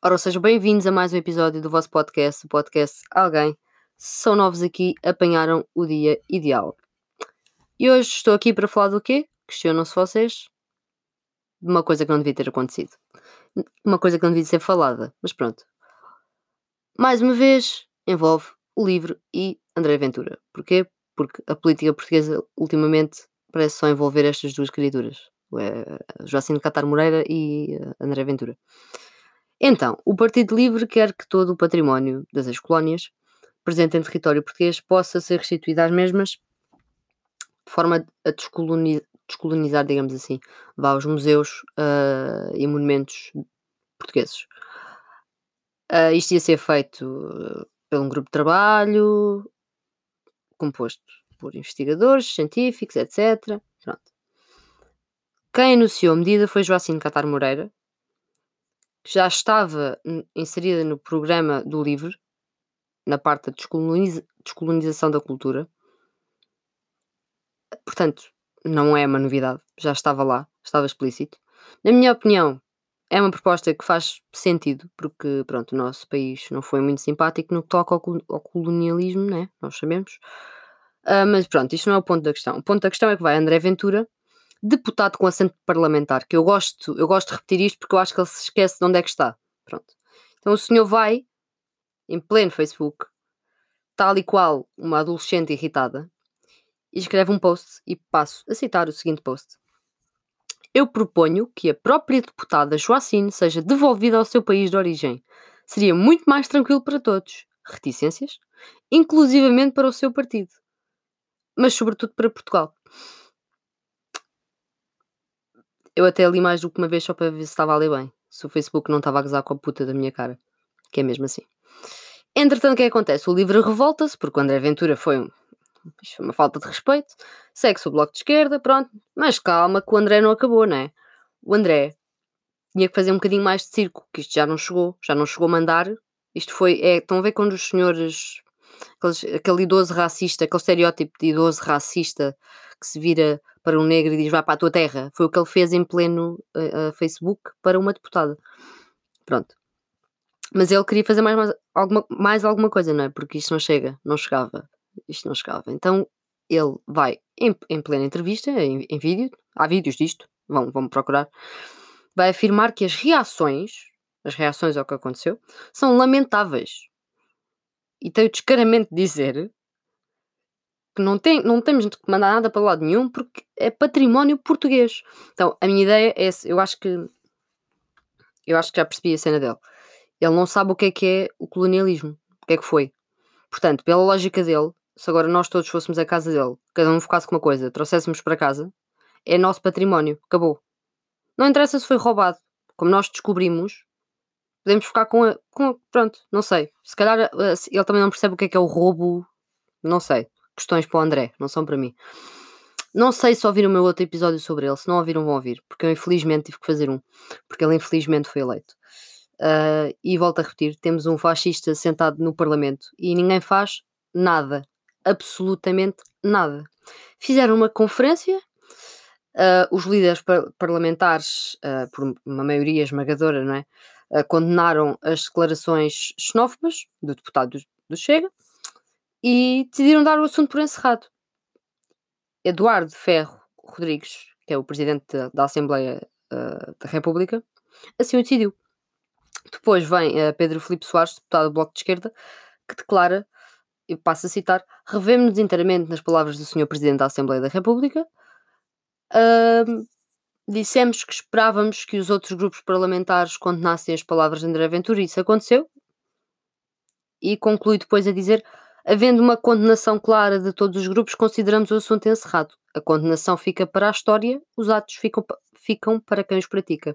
Ora, sejam bem-vindos a mais um episódio do vosso podcast, o podcast Alguém. Se são novos aqui, apanharam o dia ideal. E hoje estou aqui para falar do quê? Questionam-se vocês? De uma coisa que não devia ter acontecido. Uma coisa que não devia ser falada, mas pronto. Mais uma vez, envolve o livro e André Ventura. Porquê? Porque a política portuguesa, ultimamente, parece só envolver estas duas criaturas. Joaquim de Catar Moreira e André Ventura. Então, o Partido Livre quer que todo o património das ex-colónias presente em território português possa ser restituído às mesmas, de forma a descolonizar, digamos assim, vá aos museus e monumentos portugueses. Isto ia ser feito por um grupo de trabalho composto por investigadores, científicos, etc. Pronto. Quem anunciou a medida foi Joaquim de Catar Moreira, que já estava inserida no programa do LIVRE, na parte da descolonização da cultura. Portanto, não é uma novidade, já estava lá, estava explícito. Na minha opinião, é uma proposta que faz sentido, porque pronto, o nosso país não foi muito simpático no que toca ao colonialismo, né? Nós sabemos. Mas pronto, isto não é o ponto da questão. O ponto da questão é que vai André Ventura, deputado com assento parlamentar, que eu gosto de repetir isto porque eu acho que ele se esquece de onde é que está. Pronto. Então o senhor vai, em pleno Facebook, tal e qual uma adolescente irritada, e escreve um post, e passo a citar o seguinte post. Eu proponho que a própria deputada Joacine seja devolvida ao seu país de origem. Seria muito mais tranquilo para todos. Reticências? Inclusivamente para o seu partido. Mas sobretudo para Portugal. Eu até li mais do que uma vez só para ver se estava a ler bem. Se o Facebook não estava a gozar com a puta da minha cara. Que é mesmo assim. Entretanto, o que acontece? O livro revolta-se, porque o André Ventura foi isto foi uma falta de respeito. Segue-se o Bloco de Esquerda, pronto. Mas calma que o André não acabou, não é? O André tinha que fazer um bocadinho mais de circo, que isto já não chegou a mandar. Isto foi, estão a ver quando os senhores, aquele idoso racista, aquele estereótipo de idoso racista que se vira para um negro e diz vai para a tua terra. Foi o que ele fez em pleno Facebook para uma deputada. Pronto. Mas ele queria fazer mais alguma coisa, não é? Porque isto não chegava. Isto não chegava. Então ele vai em plena entrevista, em vídeo, há vídeos disto, vão procurar, vai afirmar que as reações ao que aconteceu, são lamentáveis. E tem o descaramento de dizer que não temos de mandar nada para lado nenhum porque é património português. Então a minha ideia é, eu acho que já percebi a cena dele. Ele não sabe o que é o colonialismo, o que é que foi. Portanto, pela lógica dele, se agora nós todos fôssemos à casa dele, cada um focasse com uma coisa, trouxéssemos para casa, é nosso património, acabou. Não interessa se foi roubado. Como nós descobrimos, podemos ficar pronto, não sei. Se calhar ele também não percebe o que é o roubo, não sei. Questões para o André, não são para mim. Não sei se ouviram o meu outro episódio sobre ele, se não ouviram vão ouvir, porque eu infelizmente tive que fazer um, porque ele infelizmente foi eleito. E volto a repetir, temos um fascista sentado no Parlamento e ninguém faz nada, absolutamente nada. Fizeram uma conferência, os líderes parlamentares, por uma maioria esmagadora, não é? Condenaram as declarações xenófobas do deputado do Chega e decidiram dar o assunto por encerrado. Eduardo Ferro Rodrigues, que é o presidente da Assembleia da República, assim o decidiu. Depois vem Pedro Filipe Soares, deputado do Bloco de Esquerda, que declara, eu passo a citar, revemos-nos inteiramente nas palavras do Sr. Presidente da Assembleia da República. Dissemos que esperávamos que os outros grupos parlamentares condenassem as palavras de André Ventura e isso aconteceu. E conclui depois a dizer, havendo uma condenação clara de todos os grupos, consideramos o assunto encerrado. A condenação fica para a história, os atos ficam para quem os pratica.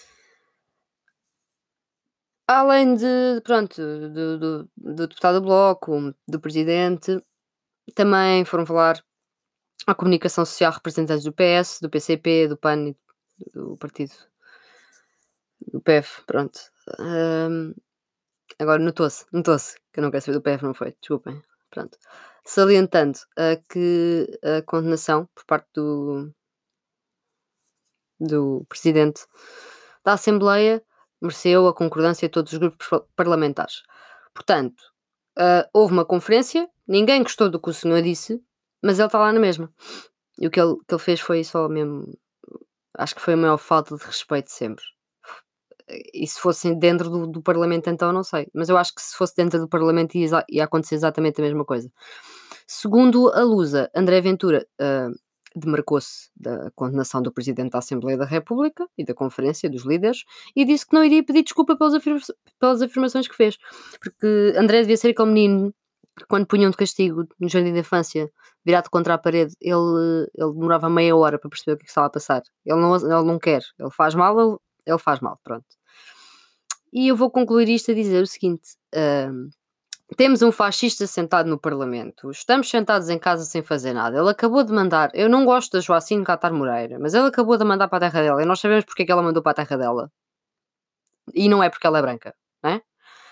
Além do deputado do Bloco, do presidente, também foram falar à comunicação social representantes do PS, do PCP, do PAN e do partido do PF, pronto. Agora notou-se que eu não quero saber do PF, não foi, desculpem, pronto. Salientando que a condenação por parte do presidente da Assembleia mereceu a concordância de todos os grupos parlamentares. Portanto, houve uma conferência, ninguém gostou do que o senhor disse, mas ele está lá na mesma. E o que ele fez foi só mesmo, acho que foi a maior falta de respeito de sempre. E se fosse dentro do parlamento então não sei, mas eu acho que se fosse dentro do parlamento ia acontecer exatamente a mesma coisa. Segundo a Lusa, André Ventura, demarcou-se da condenação do Presidente da Assembleia da República e da Conferência dos Líderes e disse que não iria pedir desculpa pelas afirmações que fez, porque André devia ser aquele menino que quando punham de castigo no jardim da infância, virado contra a parede, ele demorava meia hora para perceber o que estava a passar. Ele não quer, ele faz mal, pronto. E eu vou concluir isto a dizer o seguinte: temos um fascista sentado no Parlamento, estamos sentados em casa sem fazer nada. Ele acabou de mandar, eu não gosto da Joacine Catar Moreira, mas ele acabou de mandar para a terra dela e nós sabemos porque é que ela mandou para a terra dela. E não é porque ela é branca, não é?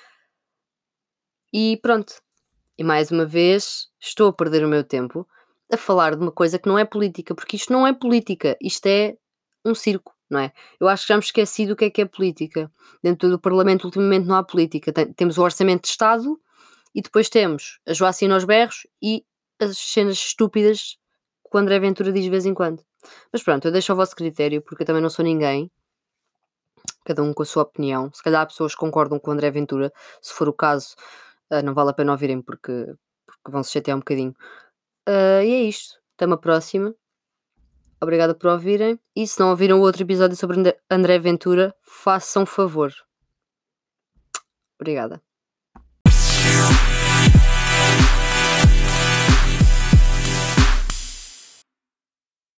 E pronto. E mais uma vez estou a perder o meu tempo a falar de uma coisa que não é política, porque isto não é política, isto é um circo, não é? Eu acho que já me esqueci do que é política. Dentro do Parlamento, ultimamente, não há política. Temos o Orçamento de Estado e depois temos a Joacine aos berros e as cenas estúpidas que o André Ventura diz de vez em quando. Mas pronto, eu deixo ao vosso critério, porque eu também não sou ninguém, cada um com a sua opinião. Se calhar pessoas concordam com o André Ventura, se for o caso, não vale a pena ouvirem porque vão se chatear um bocadinho. E é isto. Até uma próxima. Obrigada por ouvirem. E se não ouviram o outro episódio sobre André Ventura, façam favor. Obrigada.